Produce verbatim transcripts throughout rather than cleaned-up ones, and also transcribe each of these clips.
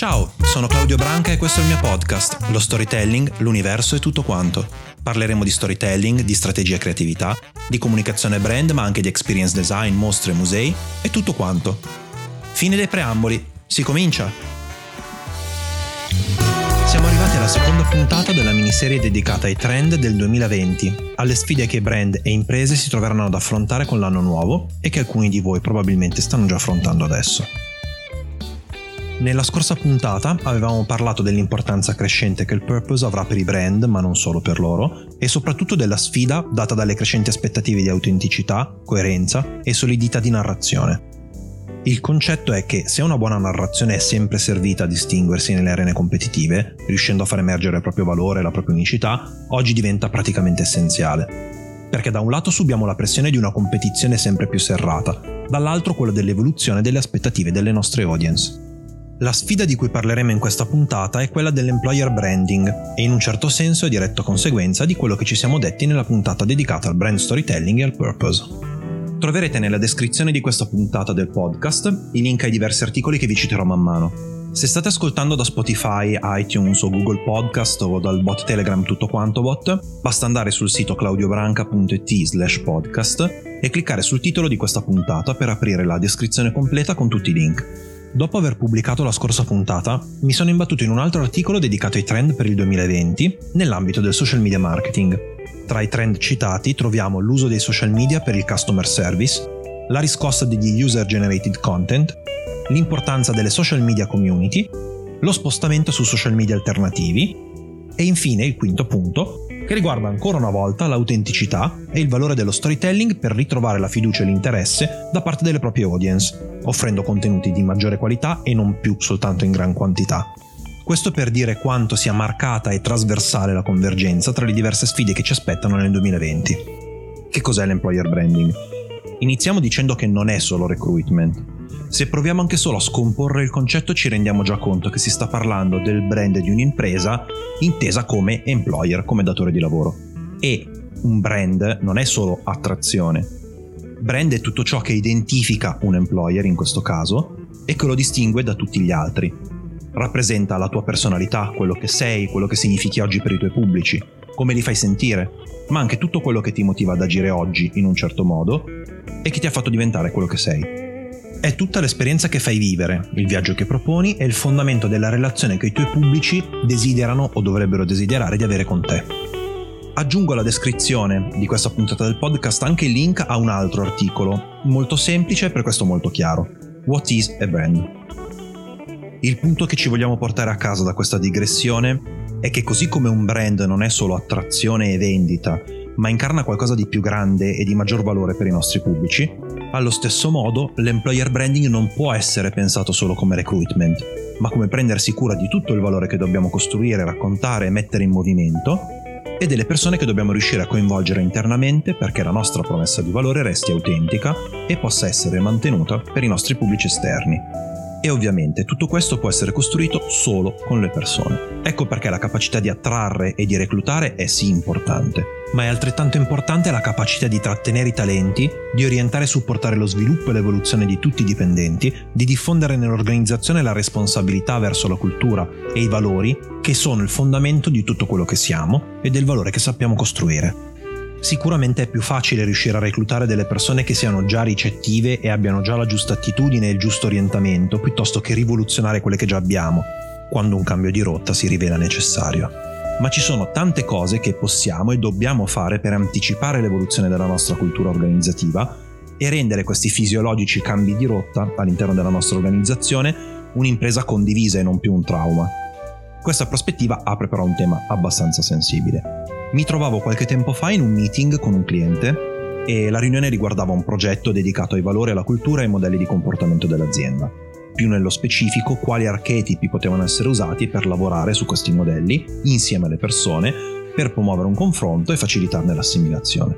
Ciao, sono Claudio Branca e questo è il mio podcast, lo storytelling, l'universo e tutto quanto. Parleremo di storytelling, di strategia e creatività, di comunicazione brand, ma anche di experience design, mostre, musei e tutto quanto. Fine dei preamboli, si comincia! Siamo arrivati alla seconda puntata della miniserie dedicata ai trend del duemilaventi, alle sfide che brand e imprese si troveranno ad affrontare con l'anno nuovo e che alcuni di voi probabilmente stanno già affrontando adesso. Nella scorsa puntata avevamo parlato dell'importanza crescente che il purpose avrà per i brand, ma non solo per loro, e soprattutto della sfida data dalle crescenti aspettative di autenticità, coerenza e solidità di narrazione. Il concetto è che se una buona narrazione è sempre servita a distinguersi nelle arene competitive, riuscendo a far emergere il proprio valore e la propria unicità, oggi diventa praticamente essenziale. Perché da un lato subiamo la pressione di una competizione sempre più serrata, dall'altro quella dell'evoluzione delle aspettative delle nostre audience. La sfida di cui parleremo in questa puntata è quella dell'employer branding e in un certo senso è diretta conseguenza di quello che ci siamo detti nella puntata dedicata al brand storytelling e al purpose. Troverete nella descrizione di questa puntata del podcast i link ai diversi articoli che vi citerò man mano. Se state ascoltando da Spotify, iTunes o Google Podcast o dal bot Telegram tutto quanto bot, basta andare sul sito claudiobranca punto it slash podcast e cliccare sul titolo di questa puntata per aprire la descrizione completa con tutti i link. Dopo aver pubblicato la scorsa puntata, mi sono imbattuto in un altro articolo dedicato ai trend per il duemilaventi nell'ambito del social media marketing. Tra i trend citati troviamo l'uso dei social media per il customer service, la riscossa degli user-generated content, l'importanza delle social media community, lo spostamento su social media alternativi e infine il quinto punto, che riguarda ancora una volta l'autenticità e il valore dello storytelling per ritrovare la fiducia e l'interesse da parte delle proprie audience, offrendo contenuti di maggiore qualità e non più soltanto in gran quantità. Questo per dire quanto sia marcata e trasversale la convergenza tra le diverse sfide che ci aspettano nel duemilaventi. Che cos'è l'employer branding? Iniziamo dicendo che non è solo recruitment. Se proviamo anche solo a scomporre il concetto ci rendiamo già conto che si sta parlando del brand di un'impresa intesa come employer, come datore di lavoro. E un brand non è solo attrazione. Brand è tutto ciò che identifica un employer in questo caso e che lo distingue da tutti gli altri. Rappresenta la tua personalità, quello che sei, quello che significhi oggi per i tuoi pubblici, come li fai sentire, ma anche tutto quello che ti motiva ad agire oggi in un certo modo e che ti ha fatto diventare quello che sei. È tutta l'esperienza che fai vivere, il viaggio che proponi e il fondamento della relazione che i tuoi pubblici desiderano o dovrebbero desiderare di avere con te. Aggiungo alla descrizione di questa puntata del podcast anche il link a un altro articolo, molto semplice e per questo molto chiaro. What is a brand? Il punto che ci vogliamo portare a casa da questa digressione è che così come un brand non è solo attrazione e vendita, ma incarna qualcosa di più grande e di maggior valore per i nostri pubblici, allo stesso modo l'employer branding non può essere pensato solo come recruitment, ma come prendersi cura di tutto il valore che dobbiamo costruire, raccontare e mettere in movimento e delle persone che dobbiamo riuscire a coinvolgere internamente perché la nostra promessa di valore resti autentica e possa essere mantenuta per i nostri pubblici esterni. E ovviamente tutto questo può essere costruito solo con le persone. Ecco perché la capacità di attrarre e di reclutare è sì importante, ma è altrettanto importante la capacità di trattenere i talenti, di orientare e supportare lo sviluppo e l'evoluzione di tutti i dipendenti, di diffondere nell'organizzazione la responsabilità verso la cultura e i valori che sono il fondamento di tutto quello che siamo e del valore che sappiamo costruire. Sicuramente è più facile riuscire a reclutare delle persone che siano già ricettive e abbiano già la giusta attitudine e il giusto orientamento, piuttosto che rivoluzionare quelle che già abbiamo, quando un cambio di rotta si rivela necessario. Ma ci sono tante cose che possiamo e dobbiamo fare per anticipare l'evoluzione della nostra cultura organizzativa e rendere questi fisiologici cambi di rotta all'interno della nostra organizzazione un'impresa condivisa e non più un trauma. Questa prospettiva apre però un tema abbastanza sensibile. Mi trovavo qualche tempo fa in un meeting con un cliente e la riunione riguardava un progetto dedicato ai valori, alla cultura e ai modelli di comportamento dell'azienda. Più nello specifico, quali archetipi potevano essere usati per lavorare su questi modelli insieme alle persone per promuovere un confronto e facilitarne l'assimilazione.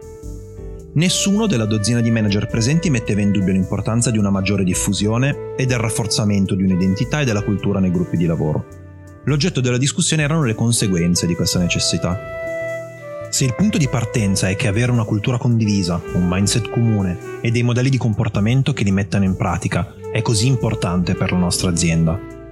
Nessuno della dozzina di manager presenti metteva in dubbio l'importanza di una maggiore diffusione e del rafforzamento di un'identità e della cultura nei gruppi di lavoro. L'oggetto della discussione erano le conseguenze di questa necessità. Se il punto di partenza è che avere una cultura condivisa, un mindset comune e dei modelli di comportamento che li mettano in pratica è così importante per la nostra azienda,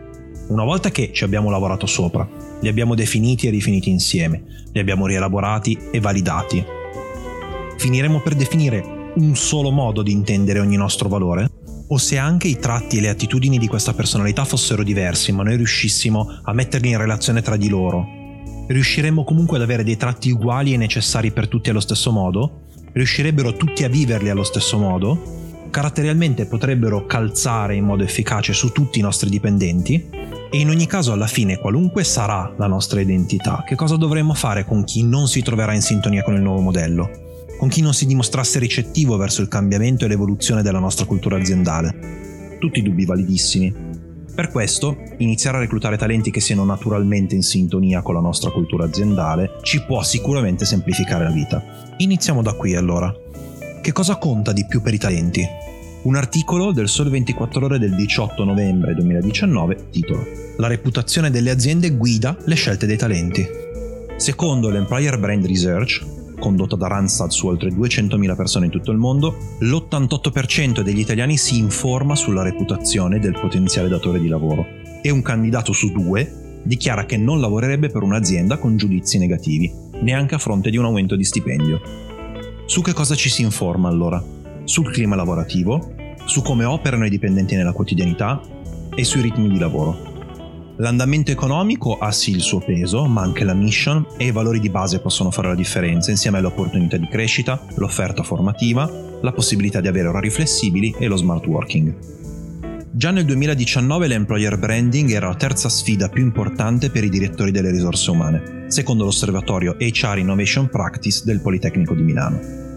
Una volta che ci abbiamo lavorato sopra, li abbiamo definiti e rifiniti insieme, li abbiamo rielaborati e validati, finiremo per definire un solo modo di intendere ogni nostro valore? O se anche i tratti e le attitudini di questa personalità fossero diversi, ma noi riuscissimo a metterli in relazione tra di loro, riusciremmo comunque ad avere dei tratti uguali e necessari per tutti allo stesso modo? Riuscirebbero tutti a viverli allo stesso modo? Caratterialmente potrebbero calzare in modo efficace su tutti i nostri dipendenti? E in ogni caso, alla fine, qualunque sarà la nostra identità, che cosa dovremmo fare con chi non si troverà in sintonia con il nuovo modello? Con chi non si dimostrasse ricettivo verso il cambiamento e l'evoluzione della nostra cultura aziendale? Tutti dubbi validissimi. Per questo, iniziare a reclutare talenti che siano naturalmente in sintonia con la nostra cultura aziendale ci può sicuramente semplificare la vita. Iniziamo da qui allora. Che cosa conta di più per i talenti? Un articolo del Sole ventiquattro Ore del diciotto novembre duemiladiciannove titola La reputazione delle aziende guida le scelte dei talenti. Secondo l'Employer Brand Research, condotta da Randstad su oltre duecentomila persone in tutto il mondo, l'ottantotto per cento degli italiani si informa sulla reputazione del potenziale datore di lavoro e un candidato su due dichiara che non lavorerebbe per un'azienda con giudizi negativi, neanche a fronte di un aumento di stipendio. Su che cosa ci si informa allora? Sul clima lavorativo, su come operano i dipendenti nella quotidianità e sui ritmi di lavoro. L'andamento economico ha sì il suo peso, ma anche la mission e i valori di base possono fare la differenza, insieme alle opportunità di crescita, l'offerta formativa, la possibilità di avere orari flessibili e lo smart working. Già nel duemiladiciannove l'employer branding era la terza sfida più importante per i direttori delle risorse umane, secondo l'osservatorio H R Innovation Practice del Politecnico di Milano.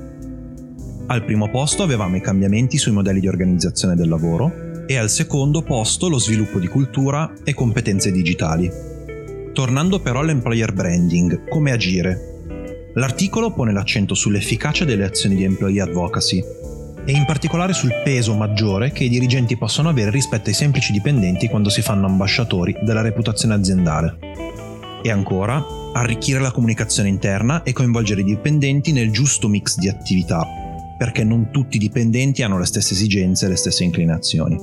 Al primo posto avevamo i cambiamenti sui modelli di organizzazione del lavoro e al secondo posto lo sviluppo di cultura e competenze digitali. Tornando però all'employer branding, come agire? L'articolo pone l'accento sull'efficacia delle azioni di employee advocacy e in particolare sul peso maggiore che i dirigenti possono avere rispetto ai semplici dipendenti quando si fanno ambasciatori della reputazione aziendale. E ancora, arricchire la comunicazione interna e coinvolgere i dipendenti nel giusto mix di attività, perché non tutti i dipendenti hanno le stesse esigenze e le stesse inclinazioni.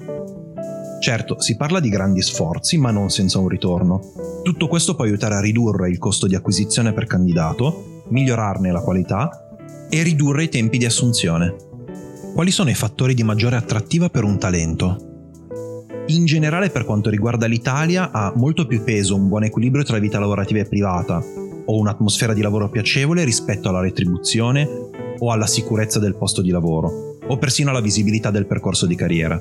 Certo, si parla di grandi sforzi, ma non senza un ritorno. Tutto questo può aiutare a ridurre il costo di acquisizione per candidato, migliorarne la qualità e ridurre i tempi di assunzione. Quali sono i fattori di maggiore attrattiva per un talento? In generale, per quanto riguarda l'Italia, ha molto più peso un buon equilibrio tra vita lavorativa e privata, o un'atmosfera di lavoro piacevole rispetto alla retribuzione o alla sicurezza del posto di lavoro, o persino alla visibilità del percorso di carriera.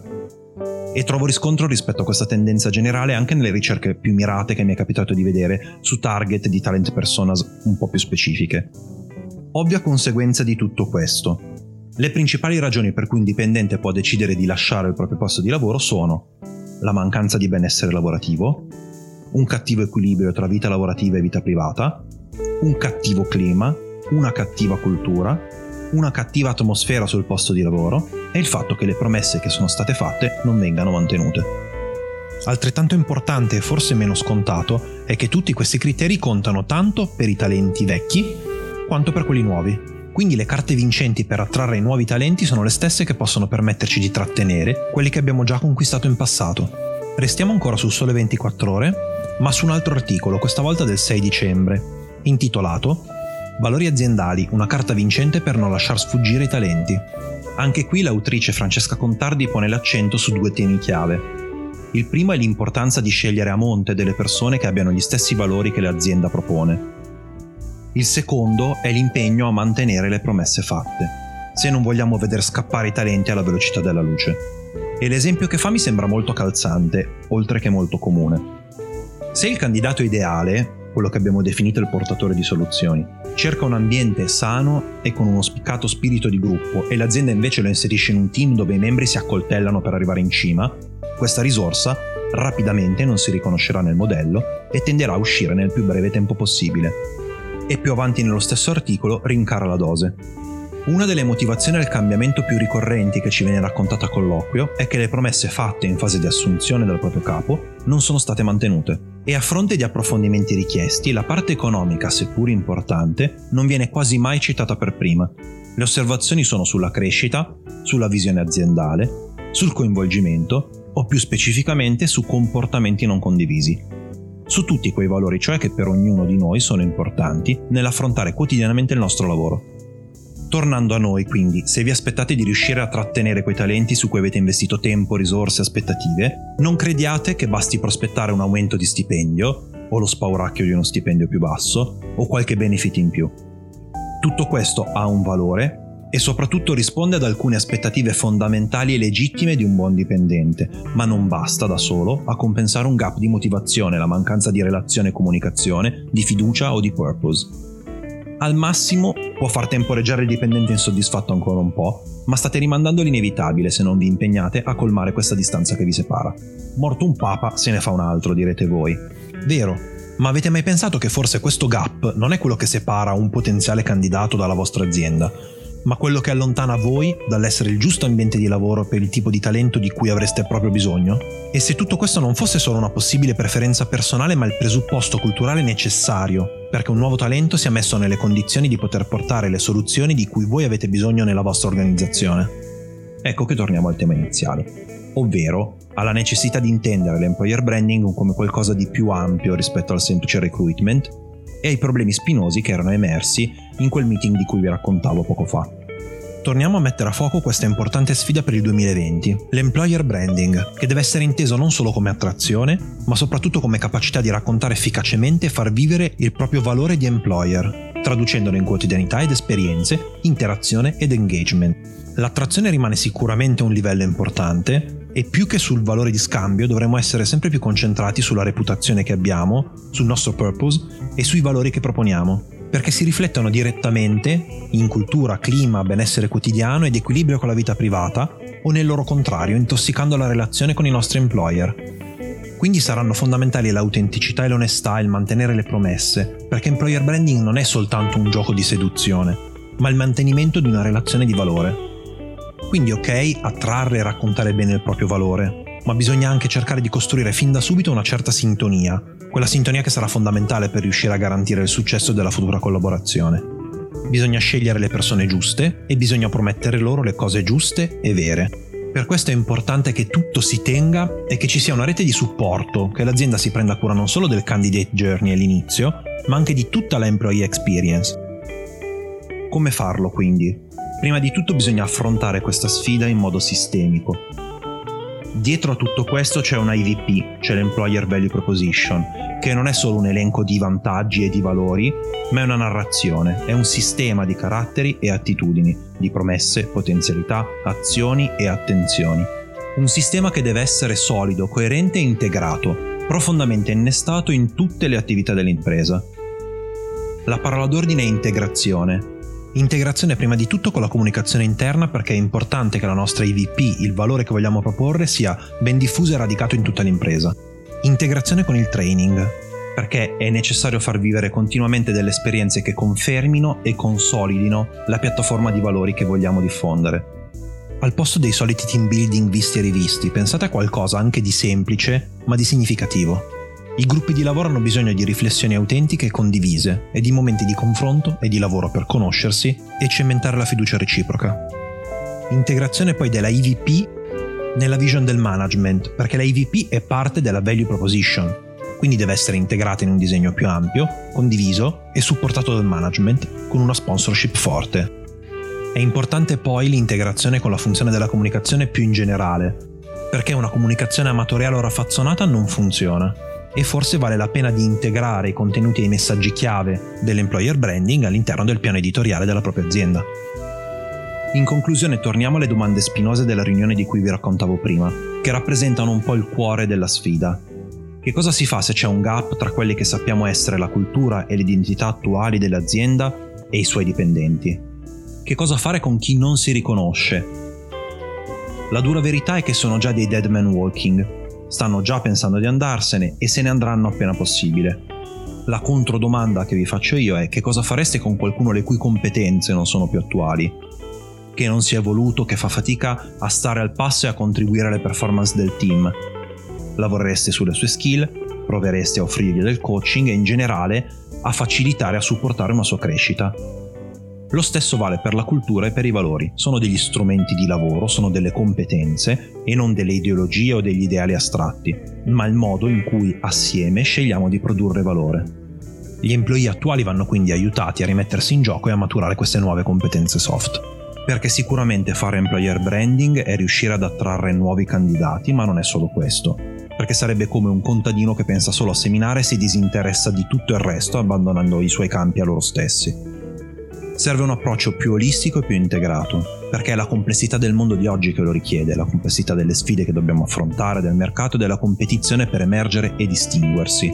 E trovo riscontro rispetto a questa tendenza generale anche nelle ricerche più mirate che mi è capitato di vedere su target di talent personas un po' più specifiche. Ovvia conseguenza di tutto questo. Le principali ragioni per cui un dipendente può decidere di lasciare il proprio posto di lavoro sono la mancanza di benessere lavorativo, un cattivo equilibrio tra vita lavorativa e vita privata, un cattivo clima, una cattiva cultura, una cattiva atmosfera sul posto di lavoro e il fatto che le promesse che sono state fatte non vengano mantenute. Altrettanto importante e forse meno scontato è che tutti questi criteri contano tanto per i talenti vecchi quanto per quelli nuovi. Quindi le carte vincenti per attrarre i nuovi talenti sono le stesse che possono permetterci di trattenere quelli che abbiamo già conquistato in passato. Restiamo ancora sul Sole ventiquattro Ore, ma su un altro articolo, questa volta del sei dicembre, intitolato Valori aziendali, una carta vincente per non lasciar sfuggire i talenti. Anche qui l'autrice Francesca Contardi pone l'accento su due temi chiave. Il primo è l'importanza di scegliere a monte delle persone che abbiano gli stessi valori che l'azienda propone. Il secondo è l'impegno a mantenere le promesse fatte, se non vogliamo veder scappare i talenti alla velocità della luce. E l'esempio che fa mi sembra molto calzante, oltre che molto comune. Se il candidato ideale, quello che abbiamo definito il portatore di soluzioni, cerca un ambiente sano e con uno spiccato spirito di gruppo e l'azienda invece lo inserisce in un team dove i membri si accoltellano per arrivare in cima, questa risorsa rapidamente non si riconoscerà nel modello e tenderà a uscire nel più breve tempo possibile. E più avanti nello stesso articolo rincara la dose. Una delle motivazioni al cambiamento più ricorrenti che ci viene raccontata a colloquio è che le promesse fatte in fase di assunzione dal proprio capo non sono state mantenute. E a fronte di approfondimenti richiesti, la parte economica, seppur importante, non viene quasi mai citata per prima. Le osservazioni sono sulla crescita, sulla visione aziendale, sul coinvolgimento o più specificamente su comportamenti non condivisi. Su tutti quei valori cioè che per ognuno di noi sono importanti nell'affrontare quotidianamente il nostro lavoro. Tornando a noi, quindi, se vi aspettate di riuscire a trattenere quei talenti su cui avete investito tempo, risorse e aspettative, non crediate che basti prospettare un aumento di stipendio, o lo spauracchio di uno stipendio più basso, o qualche benefit in più. Tutto questo ha un valore e soprattutto risponde ad alcune aspettative fondamentali e legittime di un buon dipendente, ma non basta da solo a compensare un gap di motivazione, la mancanza di relazione e comunicazione, di fiducia o di purpose. Al massimo può far temporeggiare il dipendente insoddisfatto ancora un po', ma state rimandando l'inevitabile se non vi impegnate a colmare questa distanza che vi separa. Morto un papa se ne fa un altro, direte voi. Vero, ma avete mai pensato che forse questo gap non è quello che separa un potenziale candidato dalla vostra azienda, ma quello che allontana voi dall'essere il giusto ambiente di lavoro per il tipo di talento di cui avreste proprio bisogno? E se tutto questo non fosse solo una possibile preferenza personale, ma il presupposto culturale necessario perché un nuovo talento sia messo nelle condizioni di poter portare le soluzioni di cui voi avete bisogno nella vostra organizzazione? Ecco che torniamo al tema iniziale, ovvero alla necessità di intendere l'employer branding come qualcosa di più ampio rispetto al semplice recruitment e ai problemi spinosi che erano emersi in quel meeting di cui vi raccontavo poco fa. Torniamo a mettere a fuoco questa importante sfida per il duemilaventi, l'employer branding, che deve essere inteso non solo come attrazione, ma soprattutto come capacità di raccontare efficacemente e far vivere il proprio valore di employer, traducendolo in quotidianità ed esperienze, interazione ed engagement. L'attrazione rimane sicuramente un livello importante e più che sul valore di scambio dovremo essere sempre più concentrati sulla reputazione che abbiamo, sul nostro purpose e sui valori che proponiamo, perché si riflettono direttamente in cultura, clima, benessere quotidiano ed equilibrio con la vita privata o nel loro contrario, intossicando la relazione con i nostri employer. Quindi saranno fondamentali l'autenticità e l'onestà e il mantenere le promesse, perché employer branding non è soltanto un gioco di seduzione, ma il mantenimento di una relazione di valore. Quindi ok, attrarre e raccontare bene il proprio valore, ma bisogna anche cercare di costruire fin da subito una certa sintonia, quella sintonia che sarà fondamentale per riuscire a garantire il successo della futura collaborazione. Bisogna scegliere le persone giuste e bisogna promettere loro le cose giuste e vere. Per questo è importante che tutto si tenga e che ci sia una rete di supporto, che l'azienda si prenda cura non solo del candidate journey all'inizio, ma anche di tutta la employee experience. Come farlo quindi? Prima di tutto bisogna affrontare questa sfida in modo sistemico. Dietro a tutto questo c'è una I V P, c'è l'Employer Value Proposition, che non è solo un elenco di vantaggi e di valori, ma è una narrazione, è un sistema di caratteri e attitudini, di promesse, potenzialità, azioni e attenzioni. Un sistema che deve essere solido, coerente e integrato, profondamente innestato in tutte le attività dell'impresa. La parola d'ordine è integrazione. Integrazione prima di tutto con la comunicazione interna, perché è importante che la nostra I V P, il valore che vogliamo proporre, sia ben diffuso e radicato in tutta l'impresa. Integrazione con il training, perché è necessario far vivere continuamente delle esperienze che confermino e consolidino la piattaforma di valori che vogliamo diffondere. Al posto dei soliti team building visti e rivisti, pensate a qualcosa anche di semplice, ma di significativo. I gruppi di lavoro hanno bisogno di riflessioni autentiche e condivise e di momenti di confronto e di lavoro per conoscersi e cementare la fiducia reciproca. Integrazione poi della I V P nella vision del management, perché la I V P è parte della value proposition, quindi deve essere integrata in un disegno più ampio, condiviso e supportato dal management con una sponsorship forte. È importante poi l'integrazione con la funzione della comunicazione più in generale, perché una comunicazione amatoriale o raffazzonata non funziona. E forse vale la pena di integrare i contenuti e i messaggi chiave dell'employer branding all'interno del piano editoriale della propria azienda. In conclusione, torniamo alle domande spinose della riunione di cui vi raccontavo prima, che rappresentano un po' il cuore della sfida. Che cosa si fa se c'è un gap tra quelli che sappiamo essere la cultura e l'identità attuali dell'azienda e i suoi dipendenti? Che cosa fare con chi non si riconosce? La dura verità è che sono già dei dead man walking. Stanno già pensando di andarsene e se ne andranno appena possibile. La controdomanda che vi faccio io è: che cosa fareste con qualcuno le cui competenze non sono più attuali? Che non si è evoluto, che fa fatica a stare al passo e a contribuire alle performance del team? Lavorereste sulle sue skill, provereste a offrirgli del coaching e in generale a facilitare e a supportare una sua crescita. Lo stesso vale per la cultura e per i valori. Sono degli strumenti di lavoro, sono delle competenze e non delle ideologie o degli ideali astratti, ma il modo in cui assieme scegliamo di produrre valore. Gli employee attuali vanno quindi aiutati a rimettersi in gioco e a maturare queste nuove competenze soft. Perché sicuramente fare employer branding è riuscire ad attrarre nuovi candidati, ma non è solo questo. Perché sarebbe come un contadino che pensa solo a seminare e si disinteressa di tutto il resto, abbandonando i suoi campi a loro stessi. Serve un approccio più olistico e più integrato, perché è la complessità del mondo di oggi che lo richiede, la complessità delle sfide che dobbiamo affrontare, del mercato e della competizione per emergere e distinguersi.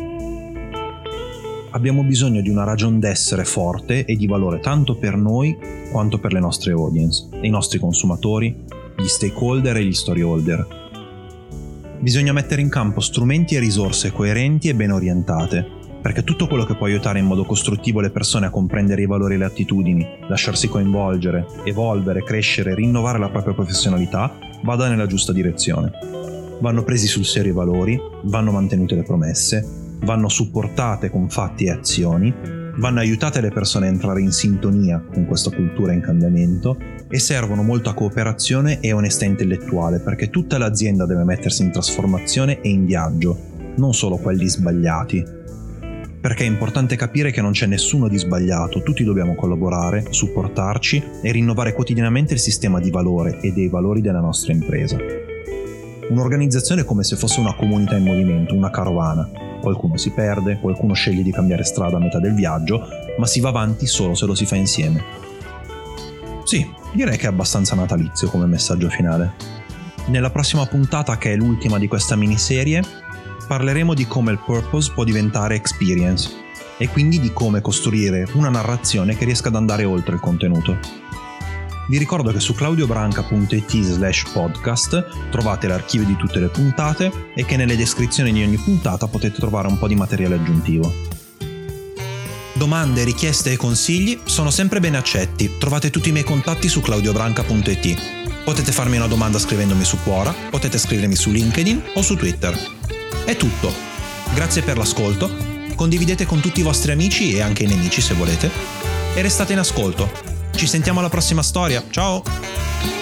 Abbiamo bisogno di una ragion d'essere forte e di valore tanto per noi quanto per le nostre audience, i nostri consumatori, gli stakeholder e gli storyholder. Bisogna mettere in campo strumenti e risorse coerenti e ben orientate, perché tutto quello che può aiutare in modo costruttivo le persone a comprendere i valori e le attitudini, lasciarsi coinvolgere, evolvere, crescere e rinnovare la propria professionalità vada nella giusta direzione. Vanno presi sul serio i valori, vanno mantenute le promesse, vanno supportate con fatti e azioni, vanno aiutate le persone a entrare in sintonia con questa cultura in cambiamento e servono molta cooperazione e onestà intellettuale, perché tutta l'azienda deve mettersi in trasformazione e in viaggio, non solo quelli sbagliati. Perché è importante capire che non c'è nessuno di sbagliato, tutti dobbiamo collaborare, supportarci e rinnovare quotidianamente il sistema di valore e dei valori della nostra impresa. Un'organizzazione è come se fosse una comunità in movimento, una carovana. Qualcuno si perde, qualcuno sceglie di cambiare strada a metà del viaggio, ma si va avanti solo se lo si fa insieme. Sì, direi che è abbastanza natalizio come messaggio finale. Nella prossima puntata, che è l'ultima di questa miniserie, parleremo di come il purpose può diventare experience e quindi di come costruire una narrazione che riesca ad andare oltre il contenuto. Vi ricordo che su claudiobranca punto it slash podcast trovate l'archivio di tutte le puntate e che nelle descrizioni di ogni puntata potete trovare un po' di materiale aggiuntivo. Domande, richieste e consigli sono sempre ben accetti. Trovate tutti i miei contatti su claudiobranca punto it. Potete farmi una domanda scrivendomi su Quora, potete scrivermi su LinkedIn o su Twitter. È tutto. Grazie per l'ascolto, condividete con tutti i vostri amici e anche i nemici se volete, e restate in ascolto. Ci sentiamo alla prossima storia, ciao!